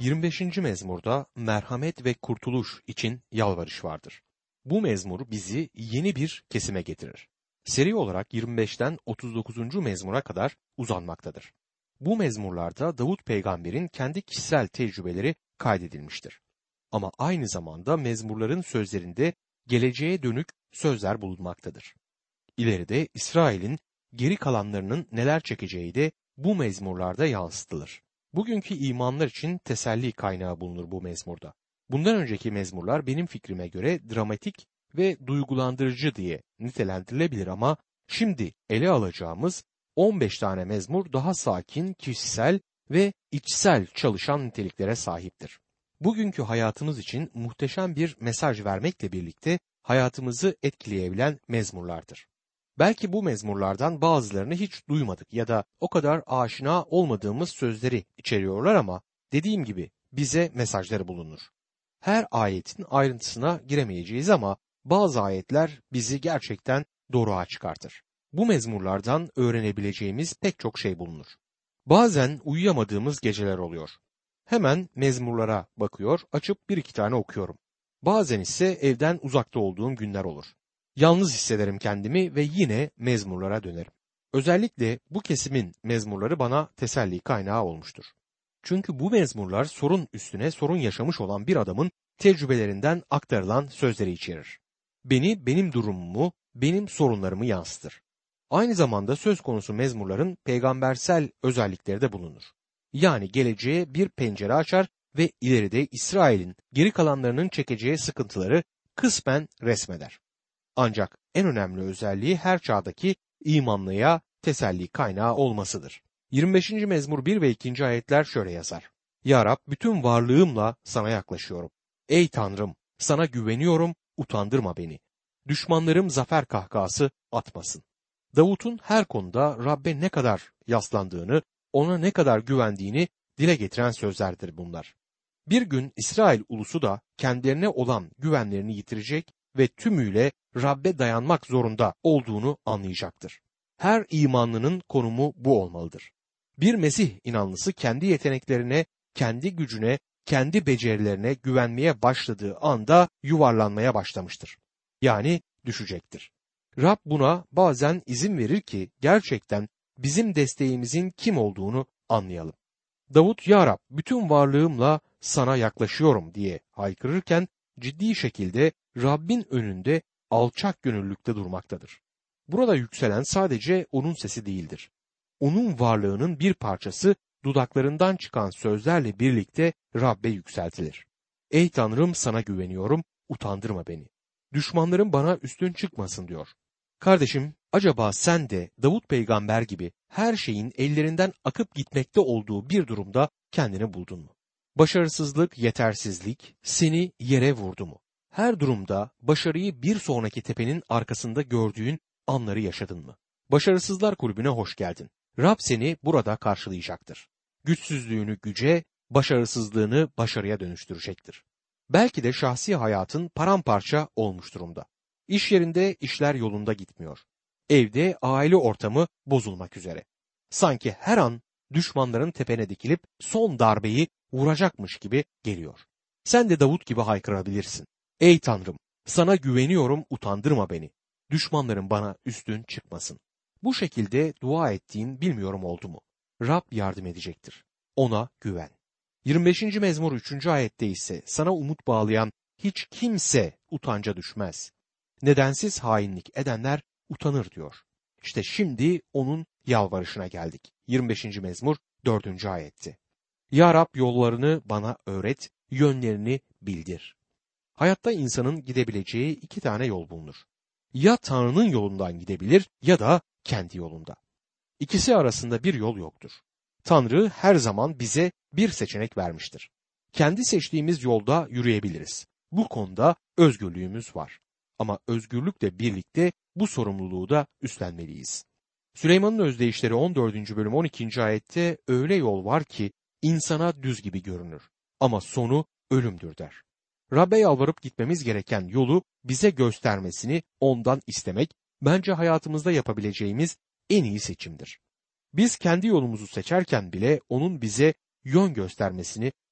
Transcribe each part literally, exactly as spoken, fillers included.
yirmi beşinci mezmurda merhamet ve kurtuluş için yalvarış vardır. Bu mezmur bizi yeni bir kesime getirir. Seri olarak yirmi beşten otuz dokuzuncu mezmura kadar uzanmaktadır. Bu mezmurlarda Davut peygamberin kendi kişisel tecrübeleri kaydedilmiştir. Ama aynı zamanda mezmurların sözlerinde geleceğe dönük sözler bulunmaktadır. İleride İsrail'in geri kalanlarının neler çekeceği de bu mezmurlarda yansıtılır. Bugünkü imanlar için teselli kaynağı bulunur bu mezmurda. Bundan önceki mezmurlar benim fikrime göre dramatik ve duygulandırıcı diye nitelendirilebilir ama şimdi ele alacağımız on beş tane mezmur daha sakin, kişisel ve içsel çalışan niteliklere sahiptir. Bugünkü hayatımız için muhteşem bir mesaj vermekle birlikte hayatımızı etkileyebilen mezmurlardır. Belki bu mezmurlardan bazılarını hiç duymadık ya da o kadar aşina olmadığımız sözleri içeriyorlar ama dediğim gibi bize mesajları bulunur. Her ayetin ayrıntısına giremeyeceğiz ama bazı ayetler bizi gerçekten doğruğa çıkartır. Bu mezmurlardan öğrenebileceğimiz pek çok şey bulunur. Bazen uyuyamadığımız geceler oluyor. Hemen mezmurlara bakıyor, açıp bir iki tane okuyorum. Bazen ise evden uzakta olduğum günler olur. Yalnız hissederim kendimi ve yine mezmurlara dönerim. Özellikle bu kesimin mezmurları bana teselli kaynağı olmuştur. Çünkü bu mezmurlar sorun üstüne sorun yaşamış olan bir adamın tecrübelerinden aktarılan sözleri içerir. Beni, benim durumumu, benim sorunlarımı yansıtır. Aynı zamanda söz konusu mezmurların peygambersel özellikleri de bulunur. Yani geleceğe bir pencere açar ve ileride İsrail'in geri kalanlarının çekeceği sıkıntıları kısmen resmeder. Ancak en önemli özelliği her çağdaki imanlıya teselli kaynağı olmasıdır. yirmi beşinci mezmur bir ve ikinci ayetler şöyle yazar. Ya Rab, bütün varlığımla sana yaklaşıyorum. Ey Tanrım, sana güveniyorum, utandırma beni. Düşmanlarım zafer kahkahası atmasın. Davut'un her konuda Rab'be ne kadar yaslandığını, ona ne kadar güvendiğini dile getiren sözlerdir bunlar. Bir gün İsrail ulusu da kendilerine olan güvenlerini yitirecek ve tümüyle Rab'be dayanmak zorunda olduğunu anlayacaktır. Her imanlının konumu bu olmalıdır. Bir Mesih inanlısı kendi yeteneklerine, kendi gücüne, kendi becerilerine güvenmeye başladığı anda yuvarlanmaya başlamıştır. Yani düşecektir. Rab buna bazen izin verir ki gerçekten bizim desteğimizin kim olduğunu anlayalım. Davut, ya Rab, bütün varlığımla sana yaklaşıyorum diye haykırırken ciddi şekilde Rabbin önünde alçak gönüllülükte durmaktadır. Burada yükselen sadece onun sesi değildir. Onun varlığının bir parçası dudaklarından çıkan sözlerle birlikte Rabbe yükseltilir. Ey Tanrım, sana güveniyorum, utandırma beni. Düşmanlarım bana üstün çıkmasın diyor. Kardeşim, acaba sen de Davut peygamber gibi her şeyin ellerinden akıp gitmekte olduğu bir durumda kendini buldun mu? Başarısızlık, yetersizlik seni yere vurdu mu? Her durumda başarıyı bir sonraki tepenin arkasında gördüğün anları yaşadın mı? Başarısızlar kulübüne hoş geldin. Rab seni burada karşılayacaktır. Güçsüzlüğünü güce, başarısızlığını başarıya dönüştürecektir. Belki de şahsi hayatın paramparça olmuş durumda. İş yerinde işler yolunda gitmiyor. Evde aile ortamı bozulmak üzere. Sanki her an düşmanların tepene dikilip son darbeyi vuracakmış gibi geliyor. Sen de Davut gibi haykırabilirsin. Ey Tanrım, sana güveniyorum, utandırma beni. Düşmanlarım bana üstün çıkmasın. Bu şekilde dua ettiğin bilmiyorum oldu mu? Rab yardım edecektir. Ona güven. yirmi beşinci mezmur üçüncü ayette ise sana umut bağlayan hiç kimse utanca düşmez. Nedensiz hainlik edenler utanır diyor. İşte şimdi onun yalvarışına geldik. yirmi beşinci mezmur dördüncü ayetti. Ya Rab, yollarını bana öğret, yönlerini bildir. Hayatta insanın gidebileceği iki tane yol bulunur. Ya Tanrı'nın yolundan gidebilir ya da kendi yolunda. İkisi arasında bir yol yoktur. Tanrı her zaman bize bir seçenek vermiştir. Kendi seçtiğimiz yolda yürüyebiliriz. Bu konuda özgürlüğümüz var. Ama özgürlükle birlikte bu sorumluluğu da üstlenmeliyiz. Süleyman'ın özdeyişleri on dördüncü bölüm on ikinci ayette öyle yol var ki insana düz gibi görünür ama sonu ölümdür der. Rabbe yalvarıp gitmemiz gereken yolu bize göstermesini ondan istemek bence hayatımızda yapabileceğimiz en iyi seçimdir. Biz kendi yolumuzu seçerken bile onun bize yön göstermesini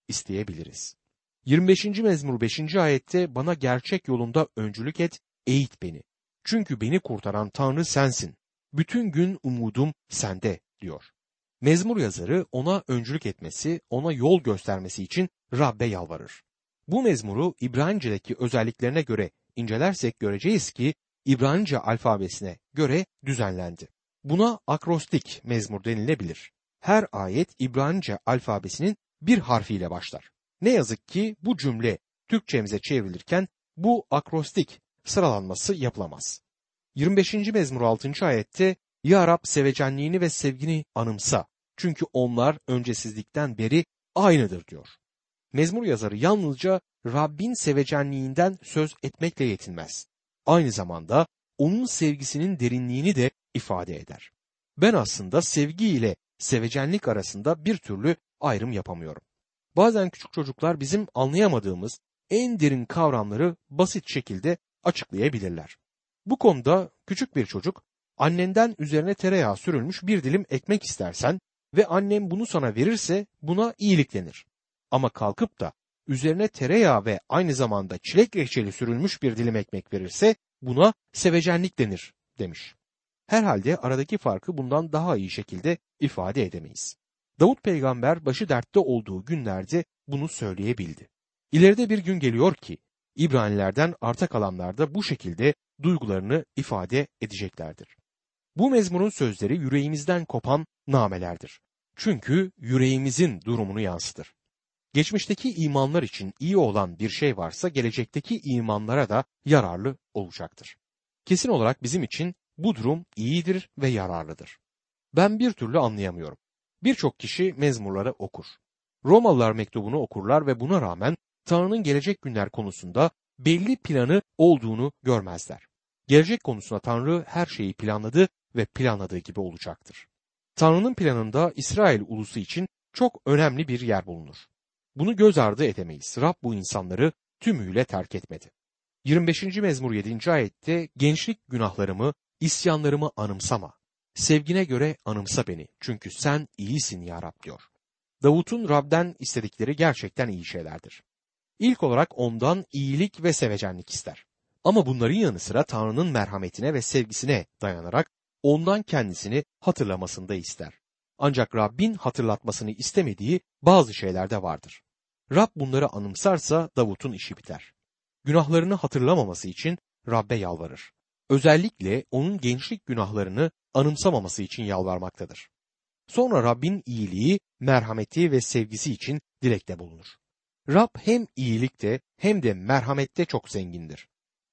isteyebiliriz. yirmi beşinci mezmur beşinci ayette bana gerçek yolunda öncülük et, eğit beni. Çünkü beni kurtaran Tanrı sensin. Bütün gün umudum sende diyor. Mezmur yazarı ona öncülük etmesi, ona yol göstermesi için Rab'be yalvarır. Bu mezmuru İbranice'deki özelliklerine göre incelersek göreceğiz ki İbranice alfabesine göre düzenlendi. Buna akrostik mezmur denilebilir. Her ayet İbranice alfabesinin bir harfiyle başlar. Ne yazık ki bu cümle Türkçemize çevrilirken bu akrostik sıralanması yapılamaz. yirmi beşinci mezmur altıncı ayette Ya Rab sevecenliğini ve sevgini anımsa. Çünkü onlar öncesizlikten beri aynıdır diyor. Mezmur yazarı yalnızca Rabbin sevecenliğinden söz etmekle yetinmez. Aynı zamanda onun sevgisinin derinliğini de ifade eder. Ben aslında sevgi ile sevecenlik arasında bir türlü ayrım yapamıyorum. Bazen küçük çocuklar bizim anlayamadığımız en derin kavramları basit şekilde açıklayabilirler. Bu konuda küçük bir çocuk, annenden üzerine tereyağı sürülmüş bir dilim ekmek istersen ve annem bunu sana verirse buna iyilik denir. Ama kalkıp da üzerine tereyağı ve aynı zamanda çilek reçeli sürülmüş bir dilim ekmek verirse buna sevecenlik denir demiş. Herhalde aradaki farkı bundan daha iyi şekilde ifade edemeyiz. Davut peygamber başı dertte olduğu günlerde bunu söyleyebildi. İleride bir gün geliyor ki İbranilerden arta kalanlar da bu şekilde duygularını ifade edeceklerdir. Bu mezmurun sözleri yüreğimizden kopan namelerdir. Çünkü yüreğimizin durumunu yansıtır. Geçmişteki imanlar için iyi olan bir şey varsa gelecekteki imanlara da yararlı olacaktır. Kesin olarak bizim için bu durum iyidir ve yararlıdır. Ben bir türlü anlayamıyorum. Birçok kişi mezmurları okur. Romalılar mektubunu okurlar ve buna rağmen Tanrı'nın gelecek günler konusunda belli planı olduğunu görmezler. Gelecek konusunda Tanrı her şeyi planladı ve planladığı gibi olacaktır. Tanrı'nın planında İsrail ulusu için çok önemli bir yer bulunur. Bunu göz ardı edemeyiz. Rab bu insanları tümüyle terk etmedi. yirmi beşinci mezmur yedinci ayette gençlik günahlarımı, isyanlarımı anımsama. Sevgine göre anımsa beni. Çünkü sen iyisin ya Rab diyor. Davut'un Rab'den istedikleri gerçekten iyi şeylerdir. İlk olarak ondan iyilik ve sevecenlik ister. Ama bunların yanı sıra Tanrı'nın merhametine ve sevgisine dayanarak ondan kendisini hatırlamasını da ister. Ancak Rabbin hatırlatmasını istemediği bazı şeyler de vardır. Rab bunları anımsarsa Davut'un işi biter. Günahlarını hatırlamaması için Rab'be yalvarır. Özellikle onun gençlik günahlarını anımsamaması için yalvarmaktadır. Sonra Rabbin iyiliği, merhameti ve sevgisi için dilekte bulunur. Rab hem iyilikte hem de merhamette çok zengindir.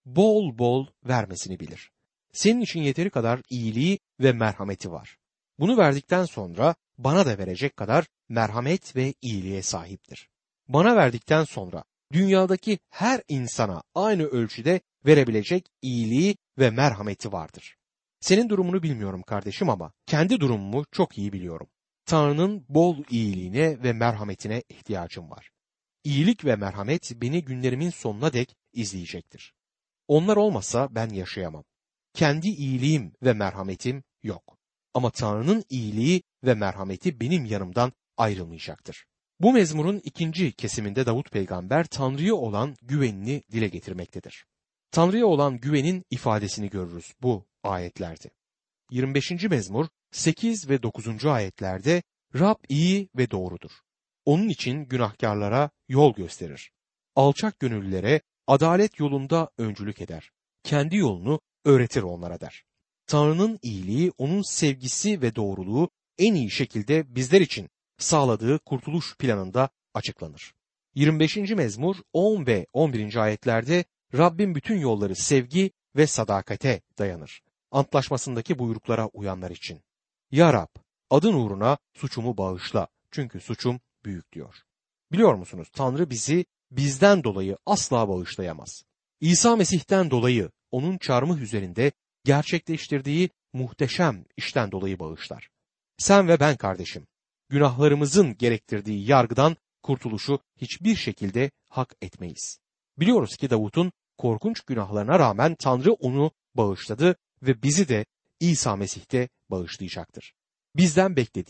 Bol bol vermesini bilir. Senin için yeteri kadar iyiliği ve merhameti var. Bunu verdikten sonra bana da verecek kadar merhamet ve iyiliğe sahiptir. Bana verdikten sonra dünyadaki her insana aynı ölçüde verebilecek iyiliği ve merhameti vardır. Senin durumunu bilmiyorum kardeşim ama kendi durumumu çok iyi biliyorum. Tanrı'nın bol iyiliğine ve merhametine ihtiyacım var. İyilik ve merhamet beni günlerimin sonuna dek izleyecektir. Onlar olmasa ben yaşayamam. Kendi iyiliğim ve merhametim yok. Ama Tanrı'nın iyiliği ve merhameti benim yanımdan ayrılmayacaktır. Bu mezmurun ikinci kesiminde Davut peygamber Tanrı'ya olan güvenini dile getirmektedir. Tanrı'ya olan güvenin ifadesini görürüz bu ayetlerde. yirmi beşinci mezmur sekiz ve dokuzuncu ayetlerde Rab iyi ve doğrudur. Onun için günahkarlara yol gösterir. Alçak gönüllülere adalet yolunda öncülük eder. Kendi yolunu öğretir onlara der. Tanrı'nın iyiliği, onun sevgisi ve doğruluğu en iyi şekilde bizler için sağladığı kurtuluş planında açıklanır. yirmi beşinci mezmur on ve on birinci ayetlerde Rabbin bütün yolları sevgi ve sadakate dayanır. Antlaşmasındaki buyruklara uyanlar için. Ya Rab, adın uğruna suçumu bağışla çünkü suçum büyük diyor. Biliyor musunuz Tanrı bizi bizden dolayı asla bağışlayamaz. İsa Mesih'ten dolayı onun çarmıh üzerinde gerçekleştirdiği muhteşem işten dolayı bağışlar. Sen ve ben kardeşim, günahlarımızın gerektirdiği yargıdan kurtuluşu hiçbir şekilde hak etmeyiz. Biliyoruz ki Davut'un korkunç günahlarına rağmen Tanrı onu bağışladı ve bizi de İsa Mesih'te bağışlayacaktır. Bizden beklediği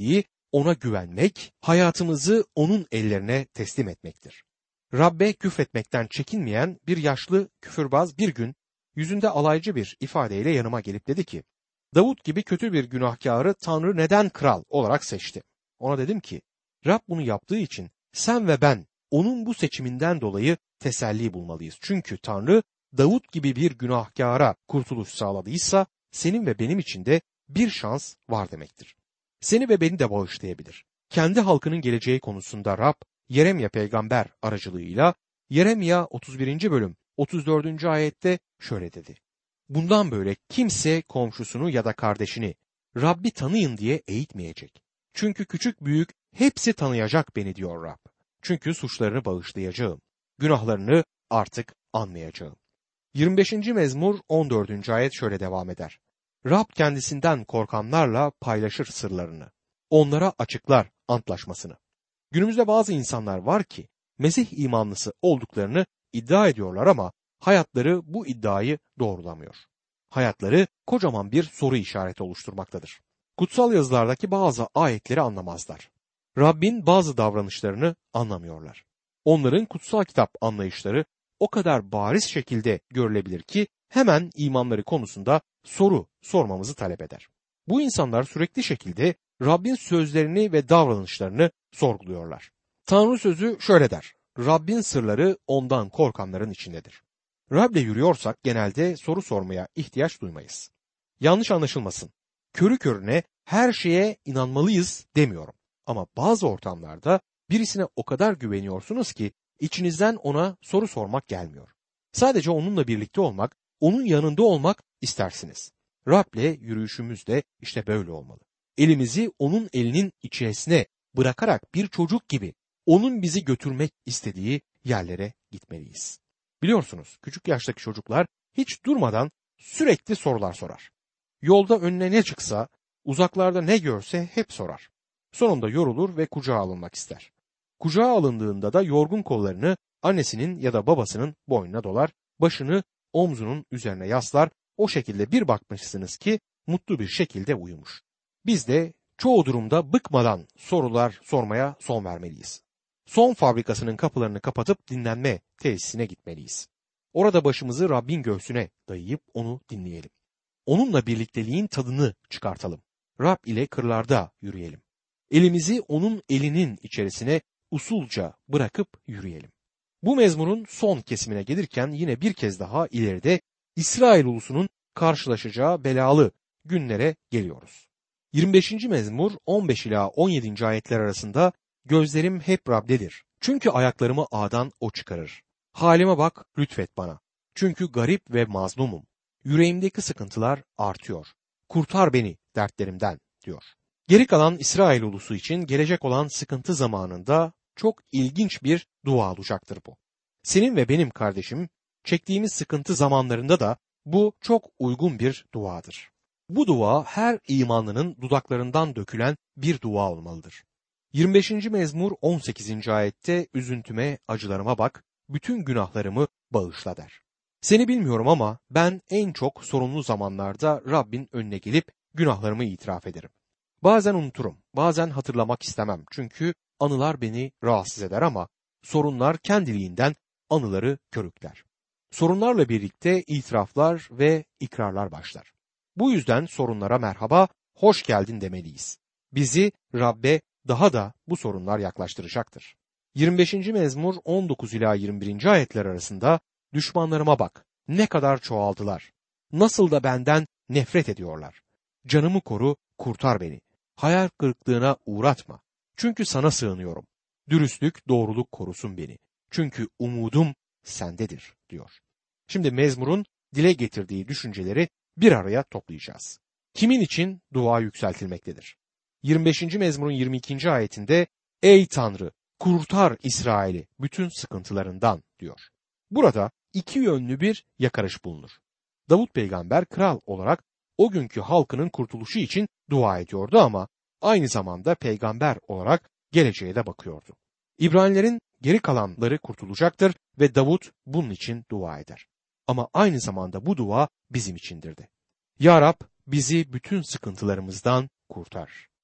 ona güvenmek, hayatımızı onun ellerine teslim etmektir. Rabbe küfretmekten çekinmeyen bir yaşlı küfürbaz bir gün yüzünde alaycı bir ifadeyle yanıma gelip dedi ki, Davut gibi kötü bir günahkarı Tanrı neden kral olarak seçti? Ona dedim ki, Rab bunu yaptığı için sen ve ben onun bu seçiminden dolayı teselli bulmalıyız. Çünkü Tanrı Davut gibi bir günahkara kurtuluş sağladıysa senin ve benim için de bir şans var demektir. Seni ve beni de bağışlayabilir. Kendi halkının geleceği konusunda Rab Yeremya peygamber aracılığıyla Yeremya otuz birinci bölüm otuz dördüncü ayette şöyle dedi. Bundan böyle kimse komşusunu ya da kardeşini Rabbi tanıyın diye eğitmeyecek. Çünkü küçük büyük hepsi tanıyacak beni diyor Rab. Çünkü suçlarını bağışlayacağım. Günahlarını artık anmayacağım. yirmi beşinci mezmur on dördüncü ayet şöyle devam eder. Rab kendisinden korkanlarla paylaşır sırlarını. Onlara açıklar antlaşmasını. Günümüzde bazı insanlar var ki Mesih imanlısı olduklarını iddia ediyorlar ama hayatları bu iddiayı doğrulamıyor. Hayatları kocaman bir soru işareti oluşturmaktadır. Kutsal yazılardaki bazı ayetleri anlamazlar. Rabbin bazı davranışlarını anlamıyorlar. Onların kutsal kitap anlayışları o kadar bariz şekilde görülebilir ki hemen imanları konusunda soru sormamızı talep eder. Bu insanlar sürekli şekilde Rabbin sözlerini ve davranışlarını sorguluyorlar. Tanrı sözü şöyle der. Rabbin sırları ondan korkanların içindedir. Rab'le yürüyorsak genelde soru sormaya ihtiyaç duymayız. Yanlış anlaşılmasın. Körü körüne her şeye inanmalıyız demiyorum. Ama bazı ortamlarda birisine o kadar güveniyorsunuz ki içinizden ona soru sormak gelmiyor. Sadece onunla birlikte olmak, onun yanında olmak istersiniz. Rab'le yürüyüşümüz de işte böyle olmalı. Elimizi onun elinin içerisine bırakarak bir çocuk gibi onun bizi götürmek istediği yerlere gitmeliyiz. Biliyorsunuz küçük yaştaki çocuklar hiç durmadan sürekli sorular sorar. Yolda önüne ne çıksa, uzaklarda ne görse hep sorar. Sonunda yorulur ve kucağa alınmak ister. Kucağa alındığında da yorgun kollarını annesinin ya da babasının boynuna dolar, başını omzunun üzerine yaslar, o şekilde bir bakmışsınız ki mutlu bir şekilde uyumuş. Biz de çoğu durumda bıkmadan sorular sormaya son vermeliyiz. Son fabrikasının kapılarını kapatıp dinlenme tesisine gitmeliyiz. Orada başımızı Rabbin göğsüne dayayıp onu dinleyelim. Onunla birlikteliğin tadını çıkartalım. Rab ile kırlarda yürüyelim. Elimizi onun elinin içerisine usulca bırakıp yürüyelim. Bu mezmurun son kesimine gelirken yine bir kez daha ileride İsrail ulusunun karşılaşacağı belalı günlere geliyoruz. yirmi beşinci mezmur on beş ila on yedinci ayetler arasında gözlerim hep Rab'dedir. Çünkü ayaklarımı ağdan o çıkarır. Halime bak, lütfet bana. Çünkü garip ve mazlumum. Yüreğimdeki sıkıntılar artıyor. Kurtar beni dertlerimden diyor. Geri kalan İsrail ulusu için gelecek olan sıkıntı zamanında çok ilginç bir dua olacaktır bu. Senin ve benim kardeşim çektiğimiz sıkıntı zamanlarında da bu çok uygun bir duadır. Bu dua her imanlının dudaklarından dökülen bir dua olmalıdır. yirmi beşinci mezmur on sekizinci ayette üzüntüme, acılarıma bak, bütün günahlarımı bağışla der. Seni bilmiyorum ama ben en çok sorunlu zamanlarda Rabbin önüne gelip günahlarımı itiraf ederim. Bazen unuturum, bazen hatırlamak istemem çünkü anılar beni rahatsız eder ama sorunlar kendiliğinden anıları körükler. Sorunlarla birlikte itiraflar ve ikrarlar başlar. Bu yüzden sorunlara merhaba, hoş geldin demeliyiz. Bizi Rabbe daha da bu sorunlar yaklaştıracaktır. yirmi beşinci mezmur on dokuz ila yirmi birinci ayetler arasında düşmanlarıma bak, ne kadar çoğaldılar. Nasıl da benden nefret ediyorlar. Canımı koru, kurtar beni. Hayal kırıklığına uğratma. Çünkü sana sığınıyorum. Dürüstlük, doğruluk korusun beni. Çünkü umudum sendedir diyor. Şimdi mezmurun dile getirdiği düşünceleri bir araya toplayacağız. Kimin için dua yükseltilmektedir? yirmi beşinci mezmurun yirmi ikinci ayetinde ey Tanrı kurtar İsrail'i bütün sıkıntılarından diyor. Burada iki yönlü bir yakarış bulunur. Davut peygamber kral olarak o günkü halkının kurtuluşu için dua ediyordu ama aynı zamanda peygamber olarak geleceğe de bakıyordu. İbranilerin geri kalanları kurtulacaktır ve Davut bunun için dua eder. Ama aynı zamanda bu dua bizim içindir de. Ya Rab bizi bütün sıkıntılarımızdan kurtar.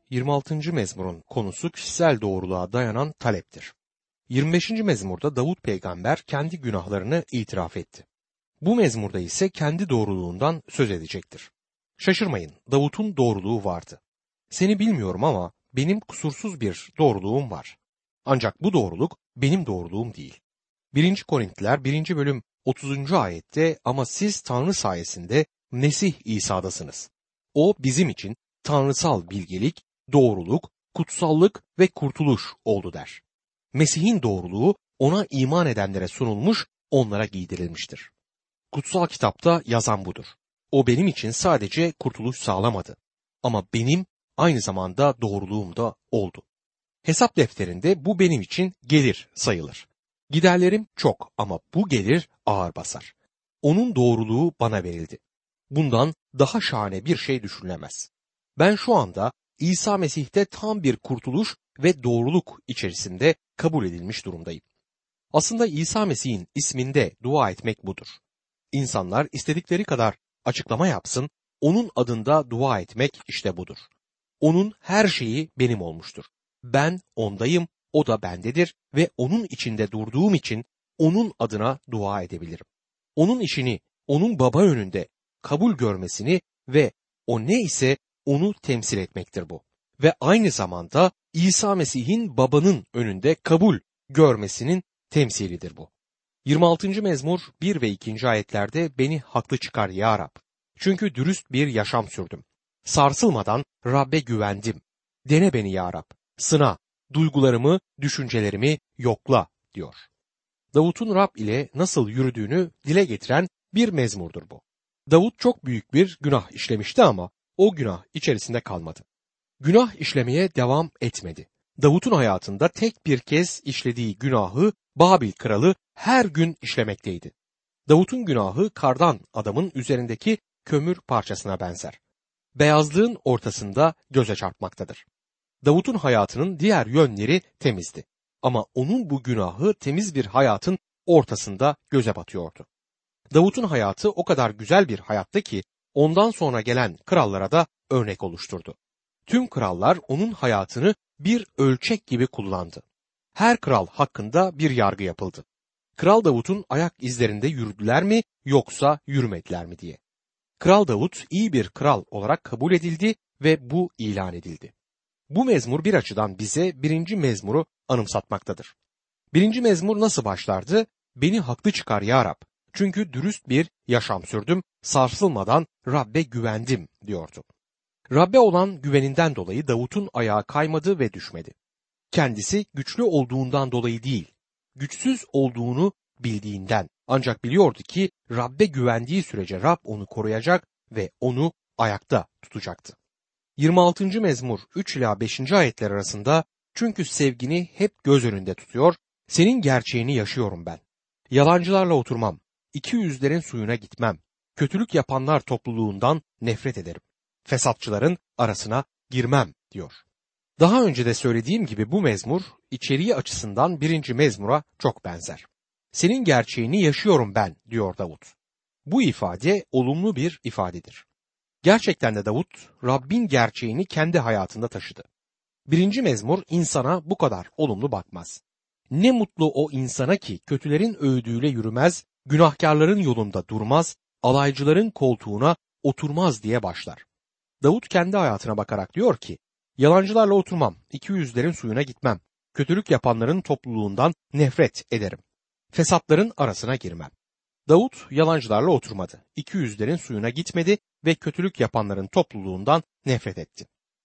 yirmi altıncı mezmurun konusu kişisel doğruluğa dayanan taleptir. yirmi beşinci mezmurda Davut peygamber kendi günahlarını itiraf etti. Bu mezmurda ise kendi doğruluğundan söz edecektir. Şaşırmayın, Davut'un doğruluğu vardı. Seni bilmiyorum ama benim kusursuz bir doğruluğum var. Ancak bu doğruluk benim doğruluğum değil. birinci Korintiler birinci bölüm otuzuncu ayette ama siz Tanrı sayesinde Mesih İsa'dasınız. O bizim için tanrısal bilgelik, doğruluk, kutsallık ve kurtuluş oldu der. Mesih'in doğruluğu ona iman edenlere sunulmuş, onlara giydirilmiştir. Kutsal kitapta yazan budur. O benim için sadece kurtuluş sağlamadı. Ama benim aynı zamanda doğruluğum da oldu. Hesap defterinde bu benim için gelir sayılır. Giderlerim çok ama bu gelir ağır basar. Onun doğruluğu bana verildi. Bundan daha şahane bir şey düşünülemez. Ben şu anda İsa Mesih'te tam bir kurtuluş ve doğruluk içerisinde kabul edilmiş durumdayım. Aslında İsa Mesih'in isminde dua etmek budur. İnsanlar istedikleri kadar açıklama yapsın, onun adında dua etmek işte budur. Onun her şeyi benim olmuştur. Ben ondayım, o da bendedir ve onun içinde durduğum için onun adına dua edebilirim. Onun işini, onun baba önünde kabul görmesini ve o ne ise onu temsil etmektir bu. Ve aynı zamanda İsa Mesih'in babanın önünde kabul görmesinin temsilidir bu. yirmi altıncı mezmur bir ve ikinci ayetlerde beni haklı çıkar ya Rab. Çünkü dürüst bir yaşam sürdüm. Sarsılmadan Rab'be güvendim. Dene beni ya Rab. Sına, duygularımı, düşüncelerimi yokla diyor. Davut'un Rab ile nasıl yürüdüğünü dile getiren bir mezmurdur bu. Davut çok büyük bir günah işlemişti ama o günah içerisinde kalmadı. Günah işlemeye devam etmedi. Davut'un hayatında tek bir kez işlediği günahı Babil kralı her gün işlemekteydi. Davut'un günahı kardan adamın üzerindeki kömür parçasına benzer. Beyazlığın ortasında göze çarpmaktadır. Davut'un hayatının diğer yönleri temizdi. Ama onun bu günahı temiz bir hayatın ortasında göze batıyordu. Davut'un hayatı o kadar güzel bir hayattı ki ondan sonra gelen krallara da örnek oluşturdu. Tüm krallar onun hayatını bir ölçek gibi kullandı. Her kral hakkında bir yargı yapıldı. Kral Davut'un ayak izlerinde yürüdüler mi yoksa yürümediler mi diye. Kral Davut iyi bir kral olarak kabul edildi ve bu ilan edildi. Bu mezmur bir açıdan bize birinci mezmuru anımsatmaktadır. Birinci mezmur nasıl başlardı? Beni haklı çıkar ya Rab. Çünkü dürüst bir yaşam sürdüm, sarsılmadan Rab'be güvendim diyordu. Rab'be olan güveninden dolayı Davut'un ayağı kaymadı ve düşmedi. Kendisi güçlü olduğundan dolayı değil, güçsüz olduğunu bildiğinden, ancak biliyordu ki Rab'be güvendiği sürece Rab onu koruyacak ve onu ayakta tutacaktı. yirmi altıncı mezmur üç ila beşinci ayetler arasında çünkü sevgini hep göz önünde tutuyor, senin gerçeğini yaşıyorum ben. Yalancılarla oturmam, iki yüzlerin suyuna gitmem, kötülük yapanlar topluluğundan nefret ederim. Fesatçıların arasına girmem diyor. Daha önce de söylediğim gibi bu mezmur içeriği açısından birinci mezmura çok benzer. Senin gerçeğini yaşıyorum ben diyor Davut. Bu ifade olumlu bir ifadedir. Gerçekten de Davut Rabbin gerçeğini kendi hayatında taşıdı. Birinci mezmur insana bu kadar olumlu bakmaz. Ne mutlu o insana ki kötülerin öğüdüyle yürümez, günahkarların yolunda durmaz, alaycıların koltuğuna oturmaz diye başlar. Davut kendi hayatına bakarak diyor ki, yalancılarla oturmam, iki yüzlerin suyuna gitmem, kötülük yapanların topluluğundan nefret ederim, fesatların arasına girmem. Davut yalancılarla oturmadı, iki yüzlerin suyuna gitmedi ve kötülük yapanların topluluğundan nefret etti.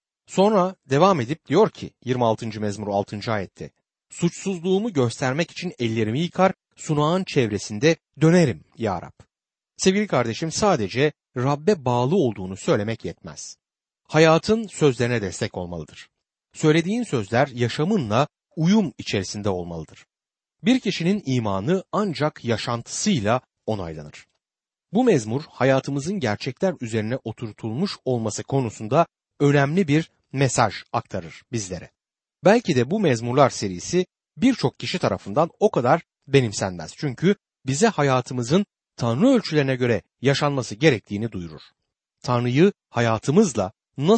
Sonra devam edip diyor ki yirmi altıncı mezmur altıncı ayette, suçsuzluğumu göstermek için ellerimi yıkar, sunağın çevresinde dönerim ya Rab. Sevgili kardeşim, sadece Rab'be bağlı olduğunu söylemek yetmez. Hayatın sözlerine destek olmalıdır. Söylediğin sözler yaşamınla uyum içerisinde olmalıdır. Bir kişinin imanı ancak yaşantısıyla onaylanır. Bu mezmur hayatımızın gerçekler üzerine oturtulmuş olması konusunda önemli bir mesaj aktarır bizlere. Belki de bu mezmurlar serisi birçok kişi tarafından o kadar benimsenmez. Çünkü bize hayatımızın Tanrı ölçülerine göre yaşanması gerektiğini duyurur. Tanrı'yı hayatımızla nasıl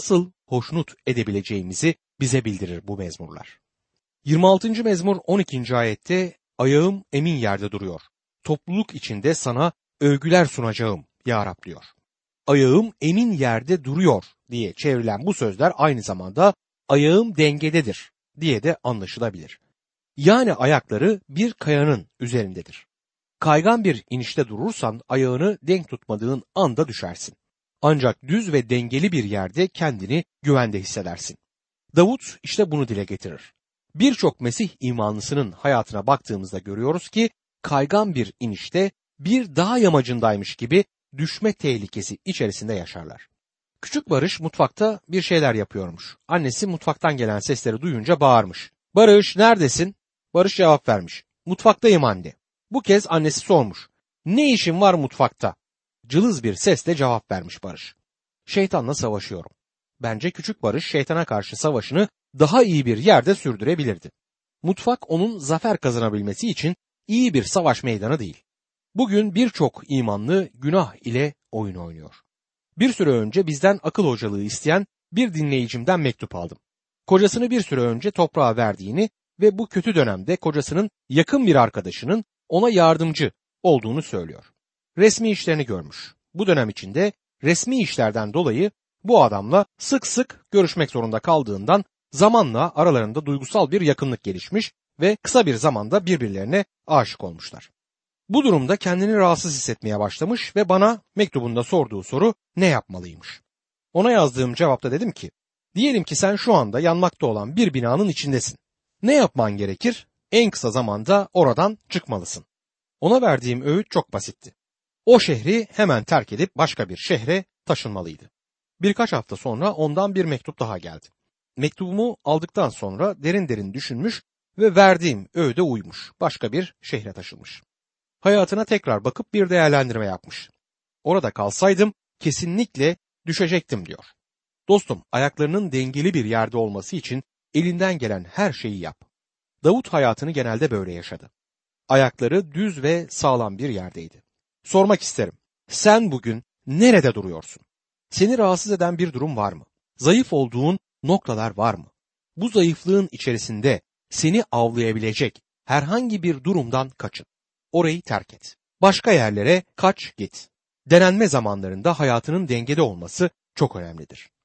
hoşnut edebileceğimizi bize bildirir bu mezmurlar. yirmi altıncı mezmur on ikinci ayette ayağım emin yerde duruyor. Topluluk içinde sana övgüler sunacağım ya Rab diyor. Ayağım emin yerde duruyor diye çevrilen bu sözler aynı zamanda ayağım dengededir diye de anlaşılabilir. Yani ayakları bir kayanın üzerindedir. Kaygan bir inişte durursan ayağını denk tutmadığın anda düşersin. Ancak düz ve dengeli bir yerde kendini güvende hissedersin. Davut işte bunu dile getirir. Birçok Mesih imanlısının hayatına baktığımızda görüyoruz ki kaygan bir inişte bir dağ yamacındaymış gibi düşme tehlikesi içerisinde yaşarlar. Küçük Barış mutfakta bir şeyler yapıyormuş. Annesi mutfaktan gelen sesleri duyunca bağırmış. Barış neredesin? Barış cevap vermiş. Mutfaktayım anne. Bu kez annesi sormuş. Ne işin var mutfakta? Cılız bir sesle cevap vermiş Barış. Şeytanla savaşıyorum. Bence küçük Barış şeytana karşı savaşını daha iyi bir yerde sürdürebilirdi. Mutfak onun zafer kazanabilmesi için iyi bir savaş meydanı değil. Bugün birçok imanlı günah ile oyun oynuyor. Bir süre önce bizden akıl hocalığı isteyen bir dinleyicimden mektup aldım. Kocasını bir süre önce toprağa verdiğini ve bu kötü dönemde kocasının yakın bir arkadaşının ona yardımcı olduğunu söylüyor. Resmi işlerini görmüş. Bu dönem içinde resmi işlerden dolayı bu adamla sık sık görüşmek zorunda kaldığından zamanla aralarında duygusal bir yakınlık gelişmiş ve kısa bir zamanda birbirlerine aşık olmuşlar. Bu durumda kendini rahatsız hissetmeye başlamış ve bana mektubunda sorduğu soru ne yapmalıymış? Ona yazdığım cevapta dedim ki, diyelim ki sen şu anda yanmakta olan bir binanın içindesin. Ne yapman gerekir? En kısa zamanda oradan çıkmalısın. Ona verdiğim öğüt çok basitti. O şehri hemen terk edip başka bir şehre taşınmalıydı. Birkaç hafta sonra ondan bir mektup daha geldi. Mektubumu aldıktan sonra derin derin düşünmüş ve verdiğim öğüde uymuş. Başka bir şehre taşınmış. Hayatına tekrar bakıp bir değerlendirme yapmış. Orada kalsaydım kesinlikle düşecektim diyor. Dostum, ayaklarının dengeli bir yerde olması için elinden gelen her şeyi yap. Davut hayatını genelde böyle yaşadı. Ayakları düz ve sağlam bir yerdeydi. Sormak isterim, sen bugün nerede duruyorsun? Seni rahatsız eden bir durum var mı? Zayıf olduğun noktalar var mı? Bu zayıflığın içerisinde seni avlayabilecek herhangi bir durumdan kaçın. Orayı terk et. Başka yerlere kaç git. Denenme zamanlarında hayatının dengede olması çok önemlidir.